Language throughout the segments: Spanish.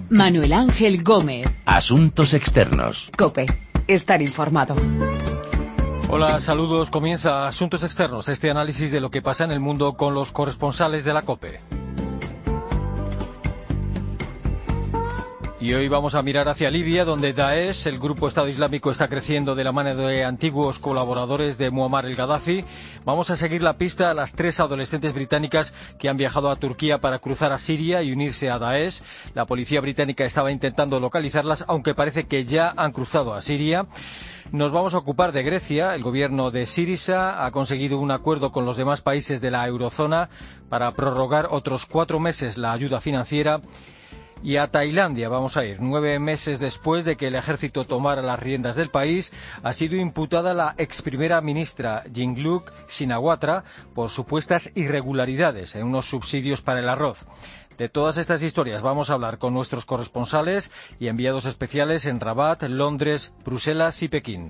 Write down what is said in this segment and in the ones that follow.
Manuel Ángel Gómez. Asuntos externos. COPE. Estar informado. Hola, saludos. Comienza Asuntos Externos, este análisis de lo que pasa en el mundo con los corresponsales de la COPE. Y hoy vamos a mirar hacia Libia, donde Daesh, el grupo Estado Islámico, está creciendo de la mano de antiguos colaboradores de Muammar el-Gaddafi. Vamos a seguir la pista a las 3 adolescentes británicas que han viajado a Turquía para cruzar a Siria y unirse a Daesh. La policía británica estaba intentando localizarlas, aunque parece que ya han cruzado a Siria. Nos vamos a ocupar de Grecia. El gobierno de Syriza ha conseguido un acuerdo con los demás países de la eurozona para prorrogar otros 4 meses la ayuda financiera. Y a Tailandia vamos a ir. 9 meses después de que el ejército tomara las riendas del país, ha sido imputada la ex primera ministra Yingluck Shinawatra por supuestas irregularidades en unos subsidios para el arroz. De todas estas historias vamos a hablar con nuestros corresponsales y enviados especiales en Rabat, Londres, Bruselas y Pekín.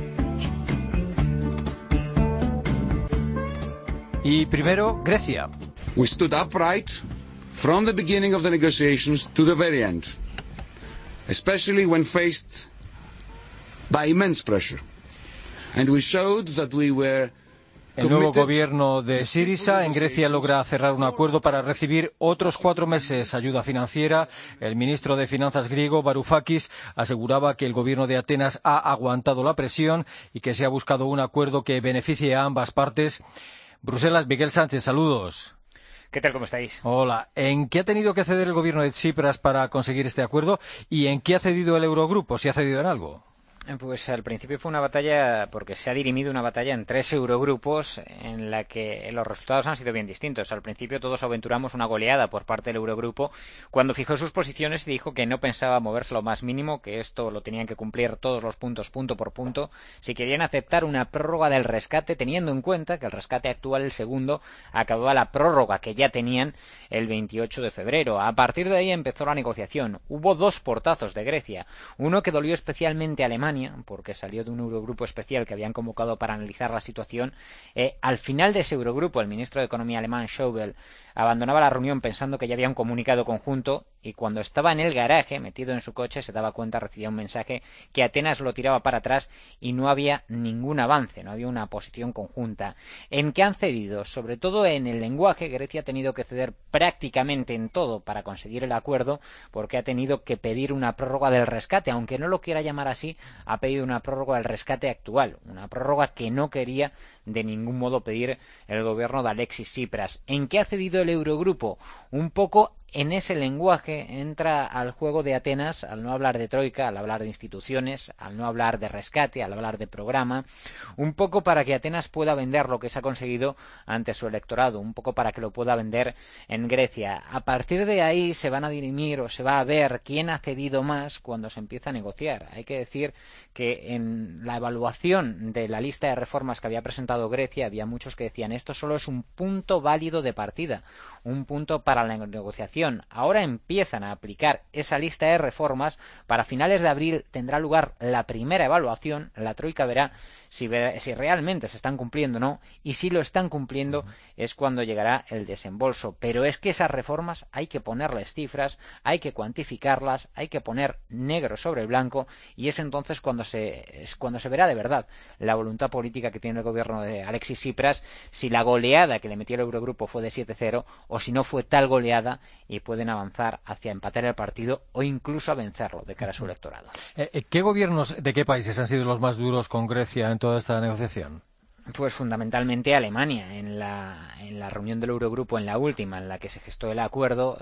Y primero, Grecia. We stood upright from the beginning of the negotiations to the very end, especially when faced by immense pressure. And we showed that we were El nuevo gobierno de Syriza en Grecia logra cerrar un acuerdo para recibir otros 4 meses ayuda financiera. El ministro de Finanzas griego, Varoufakis, aseguraba que el gobierno de Atenas ha aguantado la presión y que se ha buscado un acuerdo que beneficie a ambas partes. Bruselas, Miguel Sánchez, saludos. ¿Qué tal? ¿Cómo estáis? Hola. ¿En qué ha tenido que ceder el gobierno de Tsipras para conseguir este acuerdo y en qué ha cedido el Eurogrupo, si ha cedido en algo? Pues al principio fue una batalla, porque se ha dirimido una batalla en 3 Eurogrupos en la que los resultados han sido bien distintos. Al principio todos aventuramos una goleada por parte del Eurogrupo cuando fijó sus posiciones y dijo que no pensaba moverse lo más mínimo, que esto lo tenían que cumplir todos los puntos punto por punto si querían aceptar una prórroga del rescate, teniendo en cuenta que el rescate actual, el segundo, acababa la prórroga que ya tenían el 28 de febrero. A partir de ahí empezó la negociación. Hubo 2 portazos de Grecia, uno que dolió especialmente a Alemania, porque salió de un Eurogrupo especial que habían convocado para analizar la situación. Al final de ese Eurogrupo, el ministro de Economía alemán, Schäuble, abandonaba la reunión pensando que ya había un comunicado conjunto, y cuando estaba en el garaje, metido en su coche, se daba cuenta, recibía un mensaje que Atenas lo tiraba para atrás y no había ningún avance, no había una posición conjunta. ¿En qué han cedido? Sobre todo en el lenguaje. Grecia ha tenido que ceder prácticamente en todo para conseguir el acuerdo, porque ha tenido que pedir una prórroga del rescate, aunque no lo quiera llamar así. Ha pedido una prórroga del rescate actual, una prórroga que no quería de ningún modo pedir el gobierno de Alexis Tsipras. ¿En qué ha cedido el Eurogrupo? Un poco en ese lenguaje entra al juego de Atenas, al no hablar de troika, al hablar de instituciones, al no hablar de rescate, al hablar de programa, un poco para que Atenas pueda vender lo que se ha conseguido ante su electorado, un poco para que lo pueda vender en Grecia. A partir de ahí se van a dirimir o se va a ver quién ha cedido más cuando se empieza a negociar. Hay que decir que en la evaluación de la lista de reformas que había presentado Grecia había muchos que decían esto solo es un punto válido de partida, un punto para la negociación. Ahora empiezan a aplicar esa lista de reformas. Para finales de abril tendrá lugar la primera evaluación. La troika verá si realmente se están cumpliendo o no, y si lo están cumpliendo es cuando llegará el desembolso. Pero es que esas reformas hay que ponerles cifras, hay que cuantificarlas, hay que poner negro sobre blanco, y es entonces cuando se verá de verdad la voluntad política que tiene el gobierno de Alexis Tsipras, si la goleada que le metió el Eurogrupo fue de 7-0 o si no fue tal goleada y pueden avanzar hacia empatar el partido o incluso a vencerlo de cara a su electorado. ¿Qué gobiernos de qué países han sido los más duros con Grecia en toda esta negociación? Pues fundamentalmente Alemania. En la reunión del Eurogrupo, en la última, en la que se gestó el acuerdo,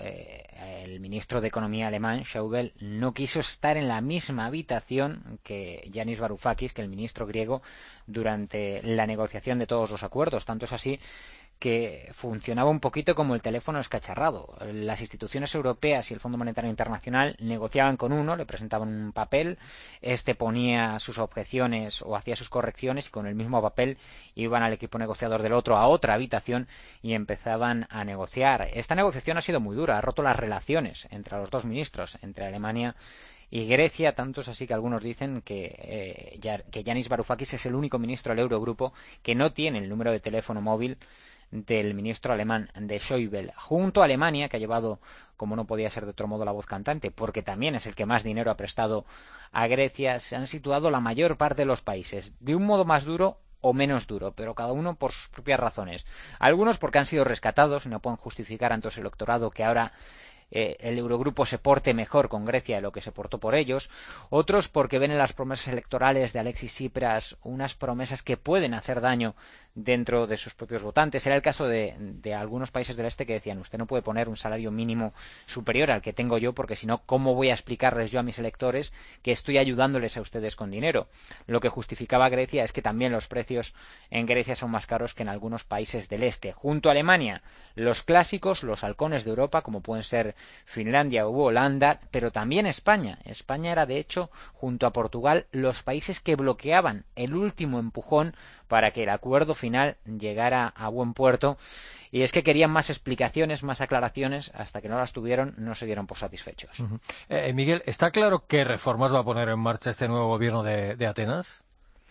el ministro de Economía alemán, Schäuble, no quiso estar en la misma habitación que Yanis Varoufakis, que el ministro griego, durante la negociación de todos los acuerdos. Tanto es así que funcionaba un poquito como el teléfono escacharrado. Las instituciones europeas y el Fondo Monetario Internacional negociaban con uno, le presentaban un papel, este ponía sus objeciones o hacía sus correcciones y con el mismo papel iban al equipo negociador del otro a otra habitación y empezaban a negociar. Esta negociación ha sido muy dura, ha roto las relaciones entre los dos ministros, entre Alemania y Grecia, tanto es así que algunos dicen que Yanis Varoufakis es el único ministro del Eurogrupo que no tiene el número de teléfono móvil del ministro alemán de Schäuble, junto a Alemania, que ha llevado, como no podía ser de otro modo, la voz cantante, porque también es el que más dinero ha prestado a Grecia. Se han situado la mayor parte de los países, de un modo más duro o menos duro, pero cada uno por sus propias razones. Algunos porque han sido rescatados y no pueden justificar ante su electorado que ahora el Eurogrupo se porte mejor con Grecia de lo que se portó por ellos. Otros porque ven en las promesas electorales de Alexis Tsipras unas promesas que pueden hacer daño dentro de sus propios votantes. Era el caso de algunos países del este que decían: usted no puede poner un salario mínimo superior al que tengo yo, porque si no, ¿cómo voy a explicarles yo a mis electores que estoy ayudándoles a ustedes con dinero? Lo que justificaba Grecia es que también los precios en Grecia son más caros que en algunos países del este. Junto a Alemania, los clásicos, los halcones de Europa, como pueden ser Finlandia u Holanda, pero también España. España era, de hecho, junto a Portugal, los países que bloqueaban el último empujón para que el acuerdo final llegara a buen puerto. Y es que querían más explicaciones, más aclaraciones. Hasta que no las tuvieron, no se dieron por satisfechos. Miguel, ¿está claro qué reformas va a poner en marcha este nuevo gobierno de Atenas?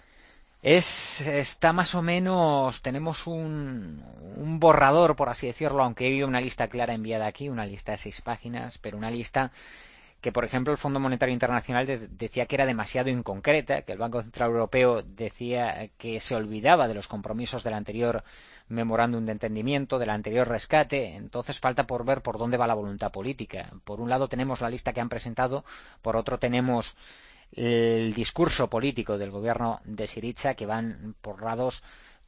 Está más o menos, tenemos un borrador, por así decirlo, aunque hay una lista clara enviada aquí, una lista de 6 páginas, pero una lista que, por ejemplo, el Fondo Monetario Internacional decía que era demasiado inconcreta, que el Banco Central Europeo decía que se olvidaba de los compromisos del anterior memorándum de entendimiento, del anterior rescate. Entonces falta por ver por dónde va la voluntad política. Por un lado tenemos la lista que han presentado, por otro tenemos el discurso político del gobierno de Syriza, que van por lados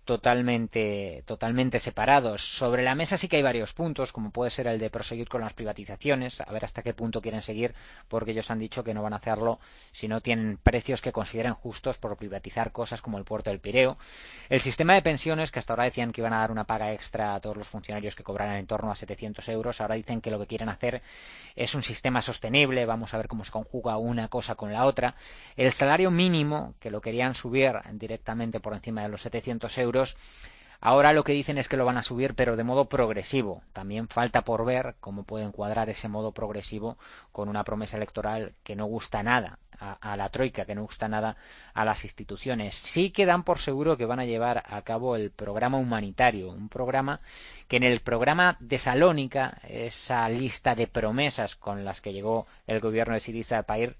totalmente separados. Sobre la mesa sí que hay varios puntos, como puede ser el de proseguir con las privatizaciones, a ver hasta qué punto quieren seguir, porque ellos han dicho que no van a hacerlo si no tienen precios que consideren justos por privatizar cosas como el puerto del Pireo. El sistema de pensiones, que hasta ahora decían que iban a dar una paga extra a todos los funcionarios que cobraran en torno a 700 euros, ahora dicen que lo que quieren hacer es un sistema sostenible. Vamos a ver cómo se conjuga una cosa con la otra. El salario mínimo, que lo querían subir directamente por encima de los 700 euros, ahora lo que dicen es que lo van a subir, pero de modo progresivo. También falta por ver cómo pueden cuadrar ese modo progresivo con una promesa electoral que no gusta nada a la troika, que no gusta nada a las instituciones. Sí que dan por seguro que van a llevar a cabo el programa humanitario, un programa que en el programa de Salónica, esa lista de promesas con las que llegó el gobierno de Syriza para ir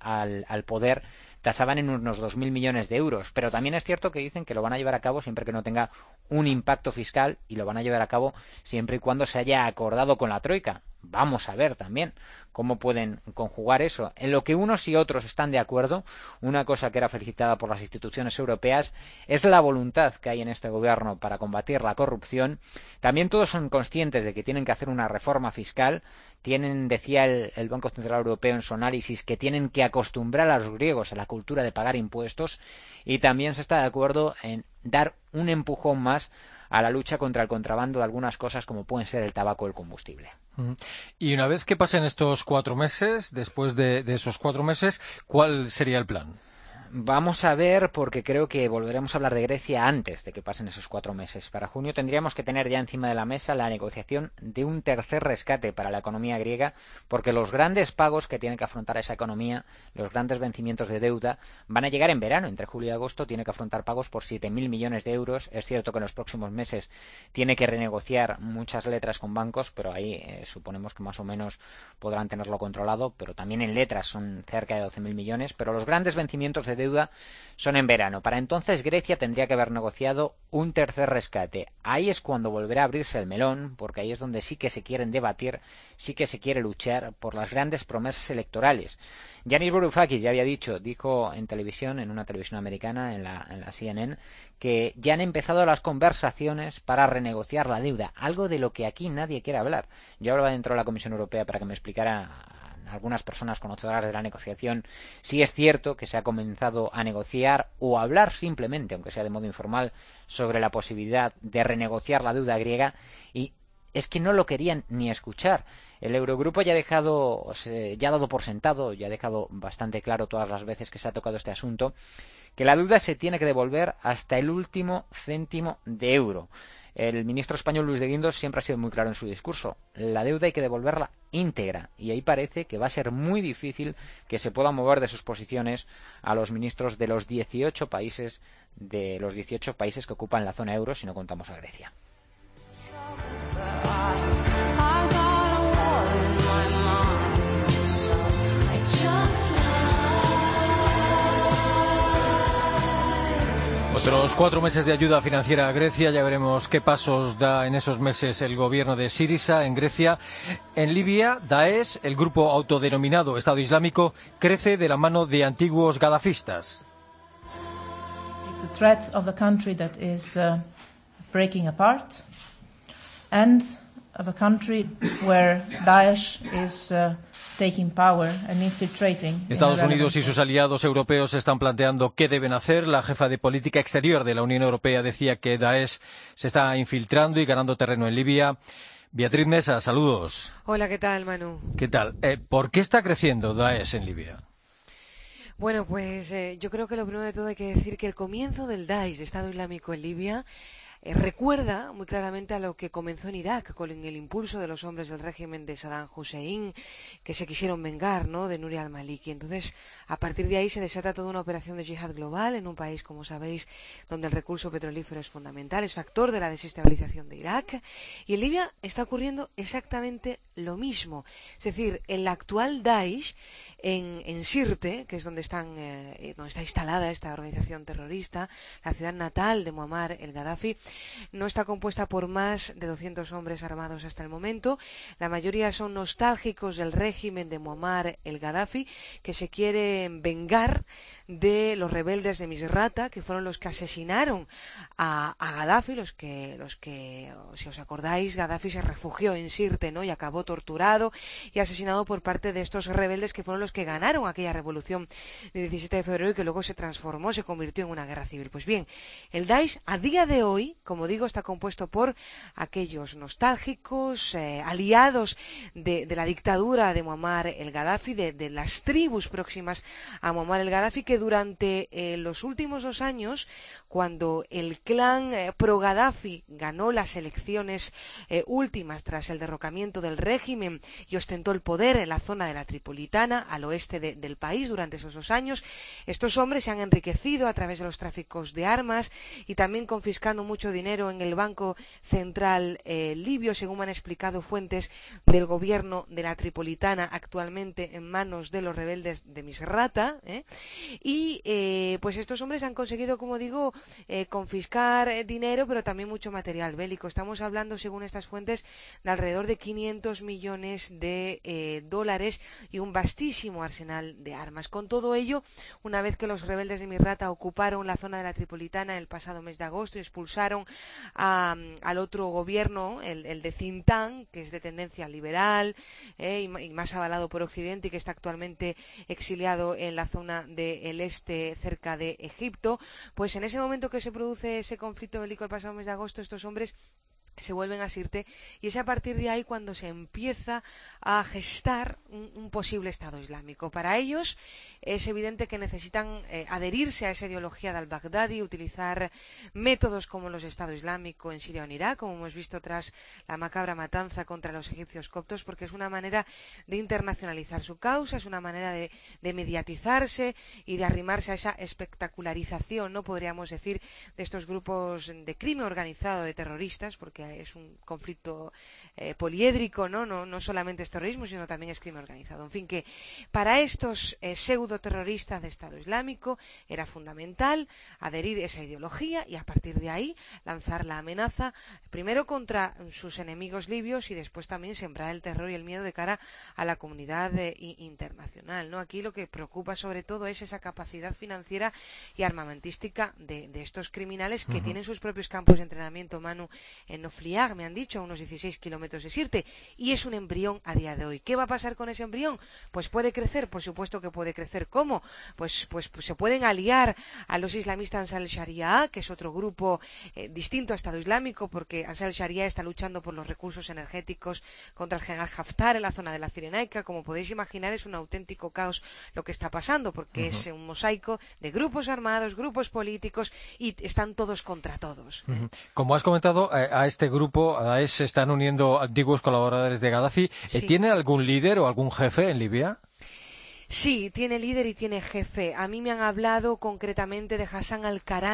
al poder, tasaban en unos 2.000 millones de euros, pero también es cierto que dicen que lo van a llevar a cabo siempre que no tenga un impacto fiscal, y lo van a llevar a cabo siempre y cuando se haya acordado con la troika. Vamos a ver también cómo pueden conjugar eso. En lo que unos y otros están de acuerdo, una cosa que era felicitada por las instituciones europeas es la voluntad que hay en este gobierno para combatir la corrupción. También todos son conscientes de que tienen que hacer una reforma fiscal. Decía el Banco Central Europeo en su análisis, que tienen que acostumbrar a los griegos a la cultura de pagar impuestos, y también se está de acuerdo en dar un empujón más a la lucha contra el contrabando de algunas cosas como pueden ser el tabaco o el combustible. Y una vez que pasen estos 4 meses, después de esos 4 meses, ¿cuál sería el plan? Vamos a ver, porque creo que volveremos a hablar de Grecia antes de que pasen esos 4 meses. Para junio tendríamos que tener ya encima de la mesa la negociación de un tercer rescate para la economía griega, porque los grandes pagos que tiene que afrontar esa economía, los grandes vencimientos de deuda, van a llegar en verano. Entre julio y agosto tiene que afrontar pagos por 7.000 millones de euros. Es cierto que en los próximos meses tiene que renegociar muchas letras con bancos, pero ahí suponemos que más o menos podrán tenerlo controlado, pero también en letras son cerca de 12.000 millones, pero los grandes vencimientos de deuda son en verano. Para entonces Grecia tendría que haber negociado un tercer rescate. Ahí es cuando volverá a abrirse el melón, porque ahí es donde sí que se quieren debatir, sí que se quiere luchar por las grandes promesas electorales. Yanis Varoufakis ya dijo en televisión, en una televisión americana, en la CNN, que ya han empezado las conversaciones para renegociar la deuda, algo de lo que aquí nadie quiere hablar. Yo hablaba dentro de la Comisión Europea para que me explicara algunas personas conocedoras de la negociación si es cierto que se ha comenzado a negociar o a hablar simplemente, aunque sea de modo informal, sobre la posibilidad de renegociar la deuda griega, y es que no lo querían ni escuchar. El Eurogrupo ya ha dado por sentado, ya ha dejado bastante claro todas las veces que se ha tocado este asunto, que la deuda se tiene que devolver hasta el último céntimo de euro. El ministro español Luis de Guindos siempre ha sido muy claro en su discurso. La deuda hay que devolverla íntegra, y ahí parece que va a ser muy difícil que se puedan mover de sus posiciones a los ministros de los 18 países que ocupan la zona euro, si no contamos a Grecia. Otros 4 meses de ayuda financiera a Grecia. Ya veremos qué pasos da en esos meses el gobierno de Syriza en Grecia. En Libia, Daesh, el grupo autodenominado Estado Islámico, crece de la mano de antiguos gadafistas. It's a threat of a country that is breaking apart and of a country where Daesh is taking power and infiltrating. Estados Unidos y sus aliados europeos están planteando qué deben hacer. La jefa de política exterior de la Unión Europea decía que Daesh se está infiltrando y ganando terreno en Libia. Beatriz Mesa, saludos. Hola, ¿qué tal, Manu? ¿Qué tal? ¿Por qué está creciendo Daesh en Libia? Bueno, pues yo creo que lo primero de todo hay que decir que el comienzo del Daesh, de Estado Islámico en Libia, recuerda muy claramente a lo que comenzó en Irak con el impulso de los hombres del régimen de Saddam Hussein que se quisieron vengar, ¿no?, de Nuri al-Maliki. Entonces, a partir de ahí se desata toda una operación de yihad global en un país, como sabéis, donde el recurso petrolífero es fundamental, es factor de la desestabilización de Irak. Y en Libia está ocurriendo exactamente lo mismo. Es decir, el actual Daesh en Sirte, que es donde está instalada esta organización terrorista, la ciudad natal de Muammar el-Gaddafi, no está compuesta por más de 200 hombres armados hasta el momento. La mayoría son nostálgicos del régimen de Muammar el-Gaddafi, que se quieren vengar de los rebeldes de Misrata, que fueron los que asesinaron a Gaddafi, los que, si os acordáis, Gaddafi se refugió en Sirte, ¿no?, y acabó torturado y asesinado por parte de estos rebeldes que fueron los que ganaron aquella revolución del 17 de febrero y que luego se convirtió en una guerra civil. Pues bien, el Daesh a día de hoy, como digo, está compuesto por aquellos nostálgicos, aliados de la dictadura de Muammar el-Gaddafi, de las tribus próximas a Muammar el-Gaddafi, que durante los últimos 2 años, cuando el clan pro-Gaddafi ganó las elecciones últimas tras el derrocamiento del régimen y ostentó el poder en la zona de la Tripolitana, al oeste del país, durante esos 2 años, estos hombres se han enriquecido a través de los tráficos de armas y también confiscando mucho dinero en el Banco Central libio, según me han explicado fuentes del gobierno de la Tripolitana, actualmente en manos de los rebeldes de Misrata, y pues estos hombres han conseguido, como digo, confiscar dinero, pero también mucho material bélico. Estamos hablando, según estas fuentes, de alrededor de 500 millones de dólares y un vastísimo arsenal de armas. Con todo ello, una vez que los rebeldes de Misrata ocuparon la zona de la Tripolitana el pasado mes de agosto y expulsaron al otro gobierno, el de Zintán, que es de tendencia liberal y más avalado por Occidente y que está actualmente exiliado en la zona del este, cerca de Egipto, pues en ese momento que se produce ese conflicto bélico el pasado mes de agosto, estos hombres se vuelven a Sirte y es a partir de ahí cuando se empieza a gestar un posible Estado Islámico. Para ellos es evidente que necesitan adherirse a esa ideología de al-Baghdadi, utilizar métodos como los Estado Islámico en Siria o en Irak, como hemos visto tras la macabra matanza contra los egipcios coptos, porque es una manera de internacionalizar su causa, es una manera de mediatizarse y de arrimarse a esa espectacularización, no podríamos decir, de estos grupos de crimen organizado de terroristas, porque es un conflicto poliédrico, no solamente es terrorismo, sino también es crimen organizado. En fin, que para estos pseudo-terroristas de Estado Islámico era fundamental adherir a esa ideología y a partir de ahí lanzar la amenaza, primero contra sus enemigos libios y después también sembrar el terror y el miedo de cara a la comunidad internacional, ¿no? Aquí lo que preocupa sobre todo es esa capacidad financiera y armamentística de estos criminales que tienen sus propios campos de entrenamiento, Manu, en Nofliag, me han dicho, a unos 16 kilómetros de Sirte, y es un embrión a día de hoy. ¿Qué va a pasar con ese embrión? Pues puede crecer, por supuesto que puede crecer. ¿Cómo? Pues se pueden aliar a los islamistas Ansar al-Sharia, que es otro grupo distinto a Estado Islámico, porque Ansar al-Sharia está luchando por los recursos energéticos contra el general Haftar en la zona de la Cirenaica. Como podéis imaginar, es un auténtico caos lo que está pasando, porque es un mosaico de grupos armados, grupos políticos, y están todos contra todos. Como has comentado, a este grupo, a Daesh, se están uniendo antiguos colaboradores de Gaddafi. Sí. ¿Tiene algún líder o algún jefe en Libia? Sí, tiene líder y tiene jefe. A mí me han hablado concretamente de Hassan al-Karami.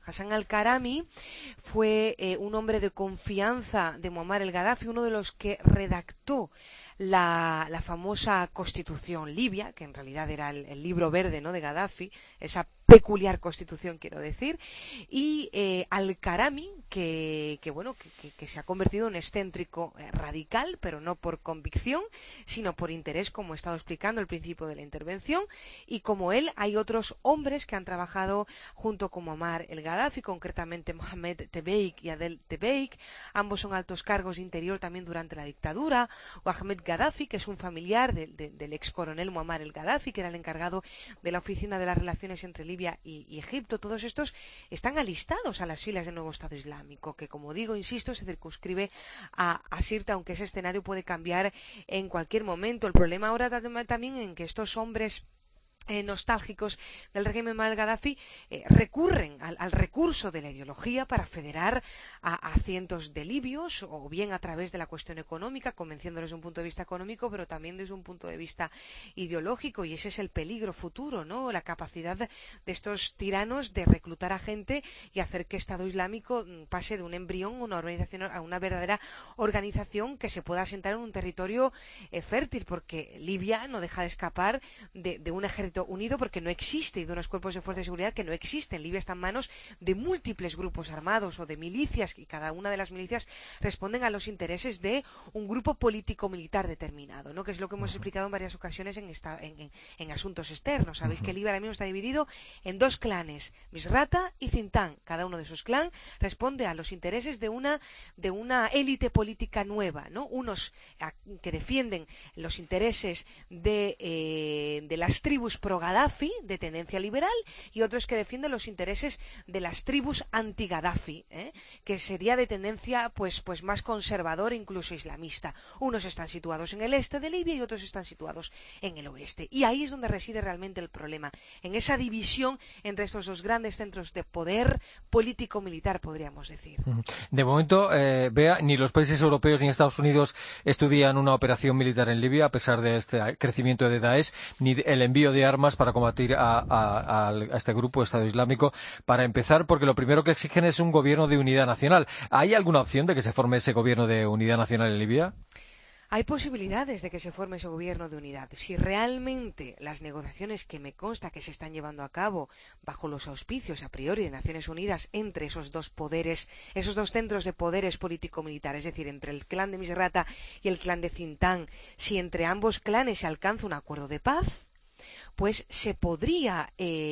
Hassan al-Karami fue un hombre de confianza de Muammar el-Gaddafi, uno de los que redactó la famosa Constitución libia, que en realidad era el libro verde, ¿no?, de Gaddafi, esa peculiar constitución, quiero decir, y al-Karami, que se ha convertido en un excéntrico radical, pero no por convicción, sino por interés, como he estado explicando al principio de la intervención, y como él hay otros hombres que han trabajado junto con Muammar el-Gaddafi, concretamente Mohamed Tebeik y Adel Tebeik, ambos son altos cargos de interior también durante la dictadura, o Ahmed Gaddafi, que es un familiar del ex coronel Muammar el-Gaddafi, que era el encargado de la oficina de las relaciones entre Libia y Egipto. Todos estos están alistados a las filas del nuevo Estado Islámico, que, como digo, insisto, se circunscribe a Sirte, aunque ese escenario puede cambiar en cualquier momento. El problema ahora también en que estos hombres nostálgicos del régimen Muammar el-Gaddafi recurren al recurso de la ideología para federar a cientos de libios, o bien a través de la cuestión económica, convenciéndolos desde un punto de vista económico, pero también desde un punto de vista ideológico, y ese es el peligro futuro, ¿no?, la capacidad de estos tiranos de reclutar a gente y hacer que Estado Islámico pase de un embrión, una organización, a una verdadera organización que se pueda asentar en un territorio fértil, porque Libia no deja de escapar de un ejército unido, porque no existe, y de unos cuerpos de fuerza de seguridad que no existen. Libia está en manos de múltiples grupos armados o de milicias, y cada una de las milicias responden a los intereses de un grupo político-militar determinado, ¿no?, que es lo que hemos explicado en varias ocasiones en asuntos externos. Sabéis que Libia ahora mismo está dividido en dos clanes, Misrata y Zintan. Cada uno de esos clanes responde a los intereses de una élite política nueva, ¿no?, unos que defienden los intereses de las tribus pro-Gaddafi, de tendencia liberal, y otros que defienden los intereses de las tribus anti-Gaddafi, que sería de tendencia pues más conservadora, incluso islamista. Unos están situados en el este de Libia y otros están situados en el oeste. Y ahí es donde reside realmente el problema, en esa división entre estos dos grandes centros de poder político-militar, podríamos decir. De momento, Bea, ni los países europeos ni Estados Unidos estudian una operación militar en Libia, a pesar de este crecimiento de Daesh, ni el envío de armas para combatir a este grupo, Estado Islámico, para empezar, porque lo primero que exigen es un gobierno de unidad nacional. ¿Hay alguna opción de que se forme ese gobierno de unidad nacional en Libia? Hay posibilidades de que se forme ese gobierno de unidad. Si realmente las negociaciones que me consta que se están llevando a cabo bajo los auspicios a priori de Naciones Unidas entre esos dos poderes, esos dos centros de poderes político-militar, es decir, entre el clan de Misrata y el clan de Zintan, si entre ambos clanes se alcanza un acuerdo de paz, pues se podría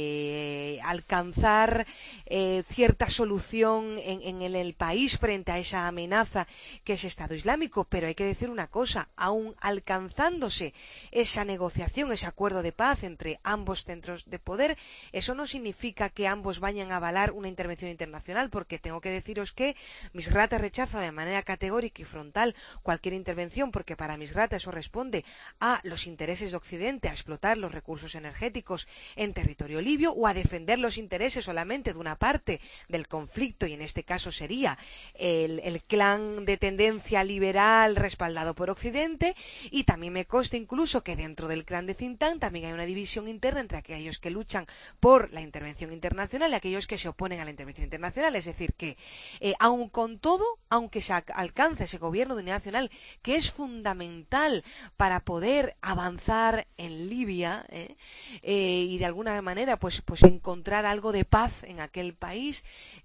alcanzar cierta solución en el país frente a esa amenaza que es Estado Islámico. Pero hay que decir una cosa, aun alcanzándose esa negociación, ese acuerdo de paz entre ambos centros de poder, eso no significa que ambos vayan a avalar una intervención internacional, porque tengo que deciros que Misrata rechaza de manera categórica y frontal cualquier intervención, porque para Misrata eso responde a los intereses de Occidente, a explotar los recursos energéticos en territorio libio, o a defender los intereses solamente de una parte del conflicto, y en este caso sería el clan de tendencia liberal respaldado por Occidente. Y también me consta incluso que dentro del clan de Zintan también hay una división interna entre aquellos que luchan por la intervención internacional y aquellos que se oponen a la intervención internacional. Es decir, que aun con todo, aunque se alcance ese gobierno de unidad nacional, que es fundamental para poder avanzar en Libia, y de alguna manera pues encontrar algo de paz en aquel país,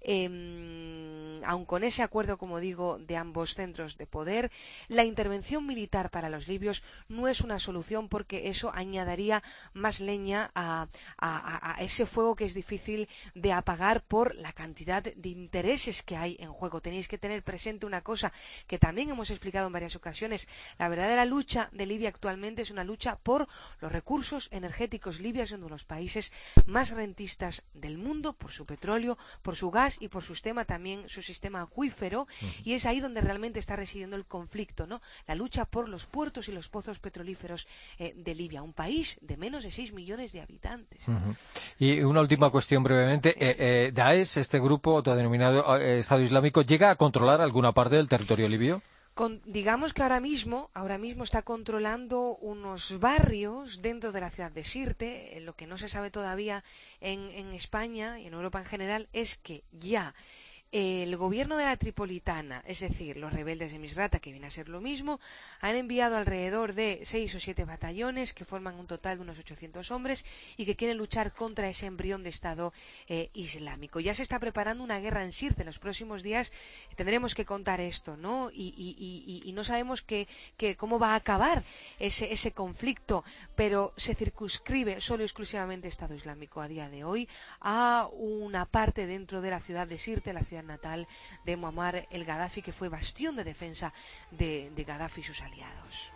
aun con ese acuerdo, como digo, de ambos centros de poder, la intervención militar para los libios no es una solución, porque eso añadiría más leña a ese fuego que es difícil de apagar por la cantidad de intereses que hay en juego. Tenéis que tener presente una cosa que también hemos explicado en varias ocasiones: la verdadera lucha de Libia actualmente es una lucha por los recursos energéticos. Libia es uno de los países más rentistas del mundo por su petróleo, por su gas y por su sistema acuífero, y es ahí donde realmente está residiendo el conflicto, ¿no? La lucha por los puertos y los pozos petrolíferos de Libia, un país de menos de 6 millones de habitantes. Y una última cuestión brevemente. ¿Daesh, este grupo autodenominado Estado Islámico, llega a controlar alguna parte del territorio libio? Digamos que ahora mismo está controlando unos barrios dentro de la ciudad de Sirte. Lo que no se sabe todavía en España y en Europa en general es que ya el gobierno de la Tripolitana, es decir, los rebeldes de Misrata, que viene a ser lo mismo, han enviado alrededor de 6 o 7 batallones que forman un total de unos 800 hombres y que quieren luchar contra ese embrión de Estado islámico. Ya se está preparando una guerra en Sirte. En los próximos días tendremos que contar esto, ¿no? Y no sabemos cómo va a acabar ese conflicto, pero se circunscribe solo y exclusivamente Estado Islámico a día de hoy a una parte dentro de la ciudad de Sirte, la ciudad natal de Muammar el Gaddafi, que fue bastión de defensa de Gaddafi y sus aliados.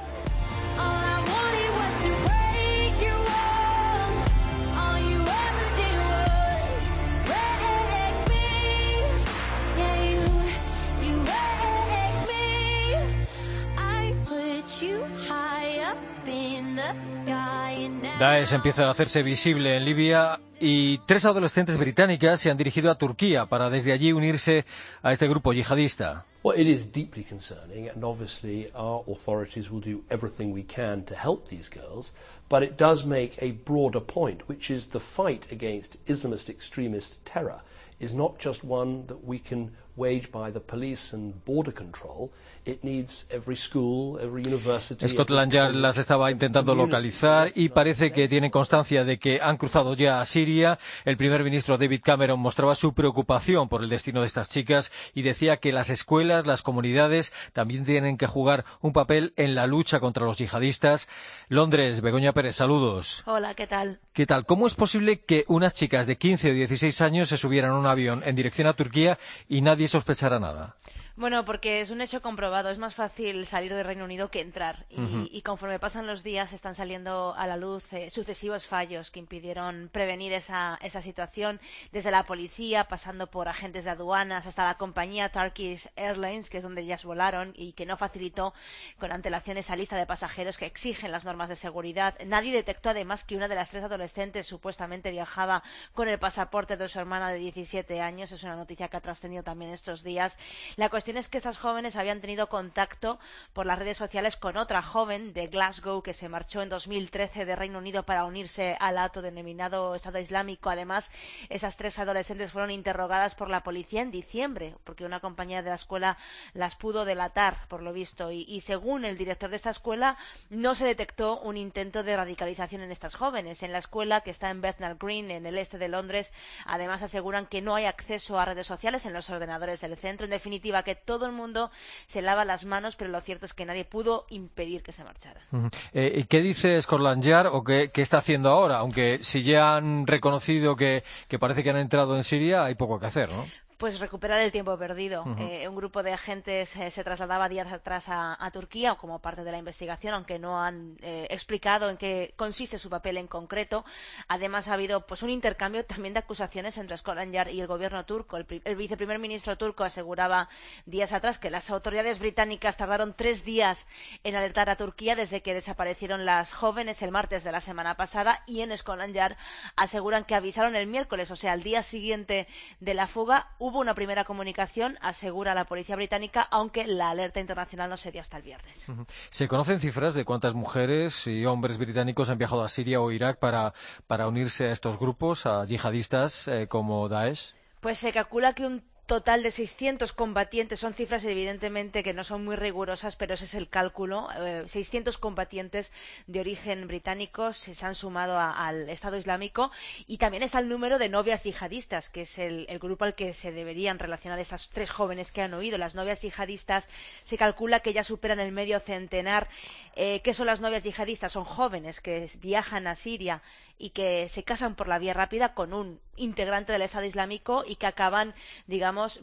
Daesh empieza a hacerse visible en Libia y 3 adolescentes británicas se han dirigido a Turquía para desde allí unirse a este grupo yihadista. Well, it is deeply concerning, and obviously our authorities will do everything we can to help these girls, but it does make a broader point, which is the fight against Islamist extremist terror is not just one that we can wage by the police and border control. It needs every school, every university. Scotland Yard las estaba intentando localizar y parece que tienen constancia de que han cruzado ya a Siria. El primer ministro David Cameron mostraba su preocupación por el destino de estas chicas y decía que las escuelas, las comunidades también tienen que jugar un papel en la lucha contra los yihadistas. Londres, Begoña Pérez, saludos. Hola, ¿qué tal? ¿Qué tal? ¿Cómo es posible que unas chicas de 15 o 16 años se subieran a un avión en dirección a Turquía y nadie sospechara nada? Bueno, porque es un hecho comprobado. Es más fácil salir del Reino Unido que entrar. Y conforme pasan los días están saliendo a la luz sucesivos fallos que impidieron prevenir esa situación, desde la policía, pasando por agentes de aduanas, hasta la compañía Turkish Airlines, que es donde ellas volaron y que no facilitó con antelación esa lista de pasajeros que exigen las normas de seguridad. Nadie detectó además que una de las 3 adolescentes supuestamente viajaba con el pasaporte de su hermana de 17 años. Es una noticia que ha trascendido también estos días. La cuestión es que esas jóvenes habían tenido contacto por las redes sociales con otra joven de Glasgow que se marchó en 2013 de Reino Unido para unirse al autodenominado Estado Islámico. Además, esas 3 adolescentes fueron interrogadas por la policía en diciembre porque una compañera de la escuela las pudo delatar, por lo visto. Y según el director de esta escuela, no se detectó un intento de radicalización en estas jóvenes. En la escuela, que está en Bethnal Green, en el este de Londres, además aseguran que no hay acceso a redes sociales en los ordenadores del centro. En definitiva, que todo el mundo se lava las manos, pero lo cierto es que nadie pudo impedir que se marcharan. ¿Y qué dice Scotland Yard o qué está haciendo ahora? Aunque si ya han reconocido que parece que han entrado en Siria, hay poco que hacer, ¿no? Pues recuperar el tiempo perdido. Un grupo de agentes se trasladaba días atrás a Turquía como parte de la investigación, aunque no han explicado en qué consiste su papel en concreto. Además, ha habido un intercambio también de acusaciones entre Scotland Yard y el gobierno turco. El viceprimer ministro turco aseguraba días atrás que las autoridades británicas tardaron 3 días en alertar a Turquía desde que desaparecieron las jóvenes el martes de la semana pasada, y en Scotland Yard aseguran que avisaron el miércoles, o sea, al día siguiente de la fuga. Hubo una primera comunicación, asegura la policía británica, aunque la alerta internacional no se dio hasta el viernes. ¿Se conocen cifras de cuántas mujeres y hombres británicos han viajado a Siria o Irak para unirse a estos grupos, a yihadistas como Daesh? Pues se calcula que un total de 600 combatientes, son cifras evidentemente que no son muy rigurosas, pero ese es el cálculo. 600 combatientes de origen británico se han sumado al Estado Islámico, y también está el número de novias yihadistas, que es el grupo al que se deberían relacionar estas 3 jóvenes que han huido. Las novias yihadistas se calcula que ya superan el medio centenar. ¿Qué son las novias yihadistas? Son jóvenes que viajan a Siria y que se casan por la vía rápida con un integrante del Estado Islámico y que acaban, digamos,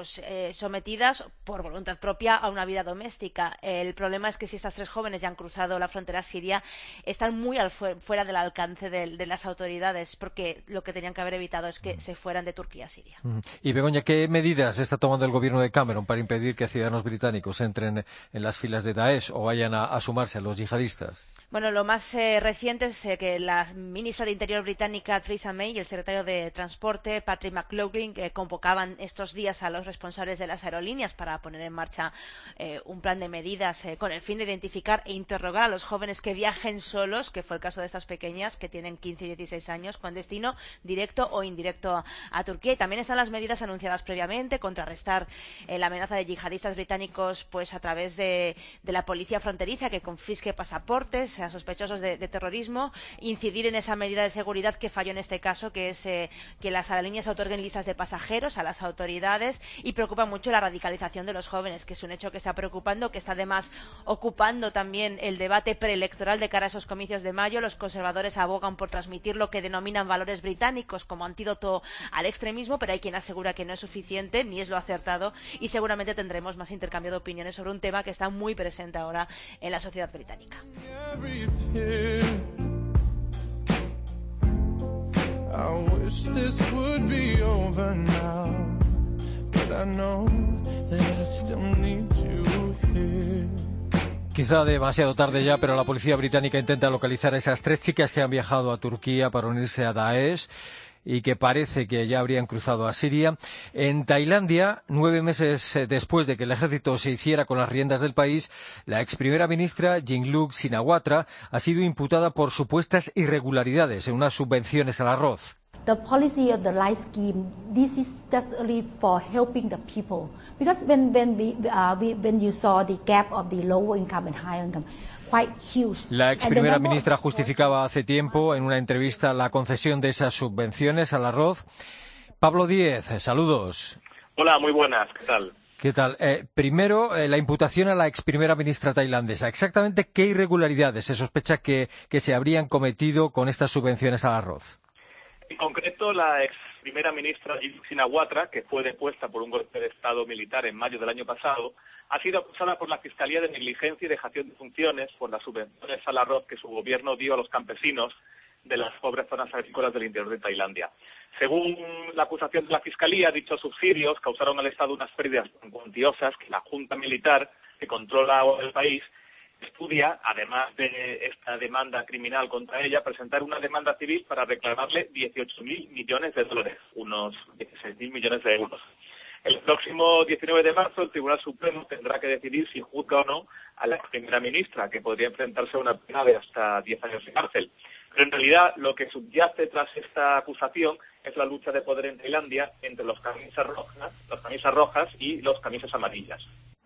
sometidas por voluntad propia a una vida doméstica. El problema es que si estas 3 jóvenes ya han cruzado la frontera siria, están muy fuera del alcance de las autoridades, porque lo que tenían que haber evitado es que se fueran de Turquía a Siria. Y Begoña, ¿qué medidas está tomando el gobierno de Cameron para impedir que ciudadanos británicos entren en las filas de Daesh o vayan a sumar sumarse a los yihadistas? Bueno, lo más reciente es que la ministra de Interior británica Theresa May y el secretario de Transporte Patrick McLaughlin convocaban estos días a los responsables de las aerolíneas para poner en marcha un plan de medidas con el fin de identificar e interrogar a los jóvenes que viajen solos, que fue el caso de estas pequeñas que tienen 15 y 16 años, con destino directo o indirecto a Turquía. Y también están las medidas anunciadas previamente, contrarrestar la amenaza de yihadistas británicos pues a través de la policía fronteriza que confisque pasaportes a sospechosos de terrorismo, incidir en esa medida de seguridad que falló en este caso, que es que las aerolíneas otorguen listas de pasajeros a las autoridades, y preocupa mucho la radicalización de los jóvenes, que es un hecho que está preocupando, que está además ocupando también el debate preelectoral de cara a esos comicios de mayo. Los conservadores abogan por transmitir lo que denominan valores británicos como antídoto al extremismo, pero hay quien asegura que no es suficiente ni es lo acertado, y seguramente tendremos más intercambio de opiniones sobre un tema que está muy presente ahora en la sociedad británica. Quizá demasiado tarde ya, pero la policía británica intenta localizar a esas 3 chicas que han viajado a Turquía para unirse a Daesh y que parece que ya habrían cruzado a Siria. En Tailandia, 9 meses después de que el ejército se hiciera con las riendas del país, la ex primera ministra Yingluck Shinawatra ha sido imputada por supuestas irregularidades en unas subvenciones al arroz. The policy of the light scheme, this is just only for helping the people. Because when you saw the gap of the lower income and higher income, quite huge. La ex primera ministra justificaba hace tiempo en una entrevista la concesión de esas subvenciones al arroz. Pablo Díez, saludos. Hola, muy buenas, ¿qué tal? ¿Qué tal? Primero, la imputación a la ex primera ministra tailandesa. ¿Exactamente qué irregularidades se sospecha que se habrían cometido con estas subvenciones al arroz? En concreto, la ex primera ministra Yingluck Shinawatra, que fue depuesta por un golpe de Estado militar en mayo del año pasado, ha sido acusada por la Fiscalía de negligencia y dejación de funciones por las subvenciones al arroz que su gobierno dio a los campesinos de las pobres zonas agrícolas del interior de Tailandia. Según la acusación de la Fiscalía, dichos subsidios causaron al Estado unas pérdidas tan cuantiosas que la Junta Militar, que controla el país, estudia, además de esta demanda criminal contra ella, presentar una demanda civil para reclamarle 18.000 millones de dólares, unos 16.000 millones de euros. El próximo 19 de marzo el Tribunal Supremo tendrá que decidir si juzga o no a la primera ministra, que podría enfrentarse a una pena de hasta 10 años de cárcel. Pero en realidad lo que subyace tras esta acusación es la lucha de poder en Tailandia entre los camisas rojas y los camisas amarillas.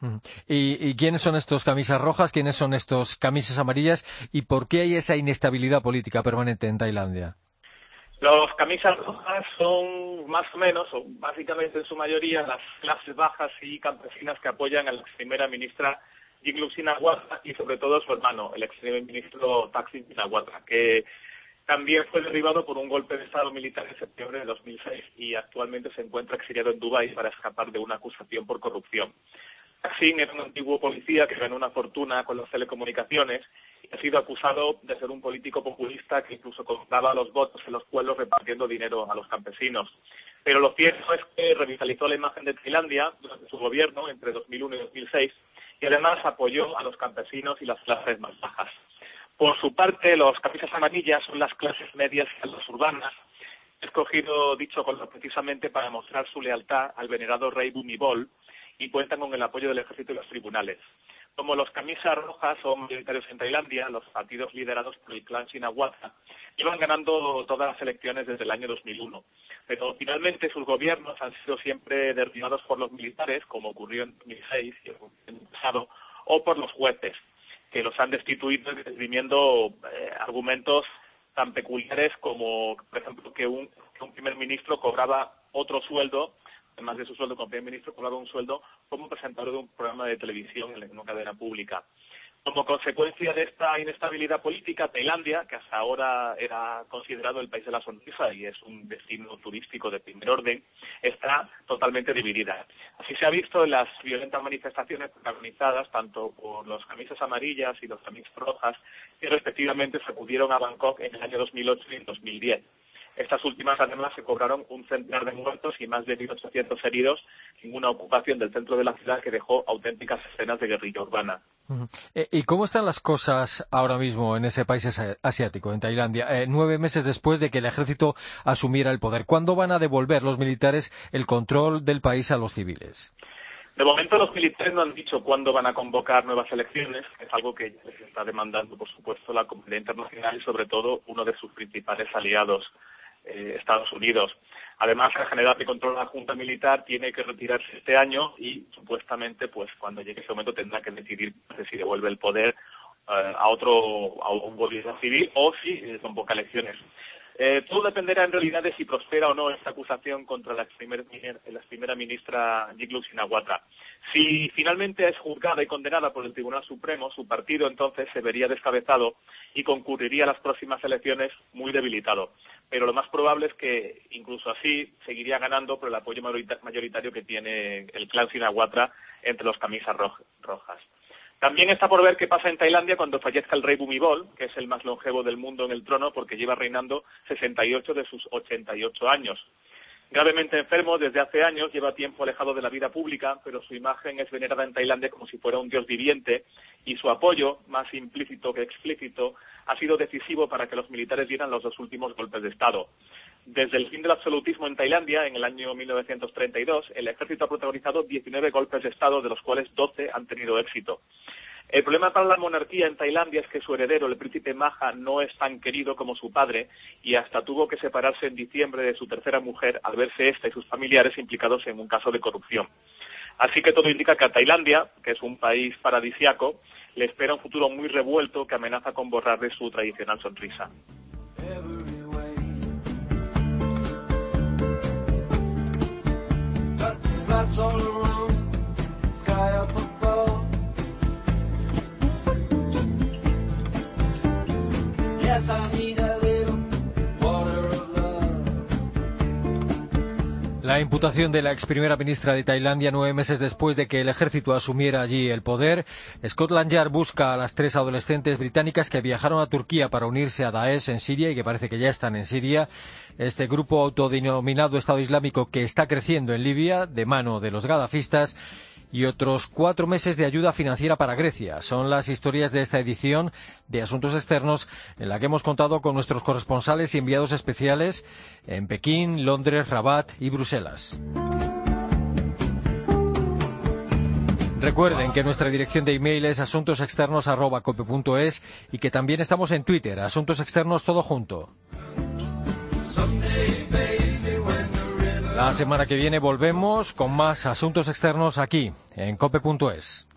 ¿Y quiénes son estos camisas rojas? ¿Quiénes son estos camisas amarillas? ¿Y por qué hay esa inestabilidad política permanente en Tailandia? Los camisas rojas son más o menos, o básicamente en su mayoría, las clases bajas y campesinas que apoyan a la ex primera ministra Yingluck Shinawatra y sobre todo su hermano, el ex primer ministro Thaksin Shinawatra, que también fue derribado por un golpe de Estado militar en septiembre de 2006 y actualmente se encuentra exiliado en Dubái para escapar de una acusación por corrupción. Thaksin era un antiguo policía que ganó una fortuna con las telecomunicaciones y ha sido acusado de ser un político populista que incluso compraba los votos en los pueblos repartiendo dinero a los campesinos. Pero lo cierto es que revitalizó la imagen de Tailandia durante su gobierno entre 2001 y 2006 y además apoyó a los campesinos y las clases más bajas. Por su parte, los camisas amarillas son las clases medias y las urbanas. He escogido dicho color precisamente para mostrar su lealtad al venerado rey Bhumibol y cuentan con el apoyo del ejército y los tribunales. Como los camisas rojas son mayoritarios en Tailandia, los partidos liderados por el clan Shinawatra iban ganando todas las elecciones desde el año 2001. Pero finalmente sus gobiernos han sido siempre derribados por los militares, como ocurrió en 2006 y en el pasado, o por los jueces, que los han destituido esgrimiendo argumentos tan peculiares como, por ejemplo, que un primer ministro cobraba otro sueldo, además de su sueldo como primer ministro, cobraba un sueldo como presentador de un programa de televisión en una cadena pública. Como consecuencia de esta inestabilidad política, Tailandia, que hasta ahora era considerado el país de la sonrisa y es un destino turístico de primer orden, está totalmente dividida. Así se ha visto en las violentas manifestaciones protagonizadas tanto por los camisas amarillas y los camisas rojas, que respectivamente sacudieron a Bangkok en el año 2008 y en 2010. Estas últimas, además, se cobraron un centenar de muertos y más de 1.800 heridos en una ocupación del centro de la ciudad que dejó auténticas escenas de guerrilla urbana. ¿Y cómo están las cosas ahora mismo en ese país asiático, en Tailandia, 9 meses después de que el ejército asumiera el poder? ¿Cuándo van a devolver los militares el control del país a los civiles? De momento los militares no han dicho cuándo van a convocar nuevas elecciones, que es algo que les está demandando, por supuesto, la comunidad internacional y sobre todo uno de sus principales aliados, Estados Unidos. Además, el general que controla la Junta Militar tiene que retirarse este año y supuestamente, pues cuando llegue ese momento tendrá que decidir si devuelve el poder a un gobierno civil o si convoca elecciones. Todo dependerá en realidad de si prospera o no esta acusación contra la ex primera ministra Yingluck Shinawatra. Si finalmente es juzgada y condenada por el Tribunal Supremo, su partido entonces se vería descabezado y concurriría a las próximas elecciones muy debilitado. Pero lo más probable es que incluso así seguiría ganando por el apoyo mayoritario que tiene el clan Shinawatra entre los camisas rojas. También está por ver qué pasa en Tailandia cuando fallezca el rey Bhumibol, que es el más longevo del mundo en el trono porque lleva reinando 68 de sus 88 años. Gravemente enfermo desde hace años, lleva tiempo alejado de la vida pública, pero su imagen es venerada en Tailandia como si fuera un dios viviente y su apoyo, más implícito que explícito, ha sido decisivo para que los militares dieran los 2 últimos golpes de Estado. Desde el fin del absolutismo en Tailandia, en el año 1932, el ejército ha protagonizado 19 golpes de Estado, de los cuales 12 han tenido éxito. El problema para la monarquía en Tailandia es que su heredero, el príncipe Maha, no es tan querido como su padre y hasta tuvo que separarse en diciembre de su tercera mujer al verse esta y sus familiares implicados en un caso de corrupción. Así que todo indica que a Tailandia, que es un país paradisiaco, le espera un futuro muy revuelto que amenaza con borrarle su tradicional sonrisa. La imputación de la ex primera ministra de Tailandia 9 meses después de que el ejército asumiera allí el poder. Scotland Yard busca a las 3 adolescentes británicas que viajaron a Turquía para unirse a Daesh en Siria y que parece que ya están en Siria. Este grupo autodenominado Estado Islámico que está creciendo en Libia de mano de los gadafistas. Y otros 4 meses de ayuda financiera para Grecia. Son las historias de esta edición de Asuntos Externos, en la que hemos contado con nuestros corresponsales y enviados especiales en Pekín, Londres, Rabat y Bruselas. Recuerden que nuestra dirección de email es asuntosexternos@cope.es y que también estamos en Twitter, Asuntos Externos todo junto. La semana que viene volvemos con más Asuntos Externos aquí, en cope.es.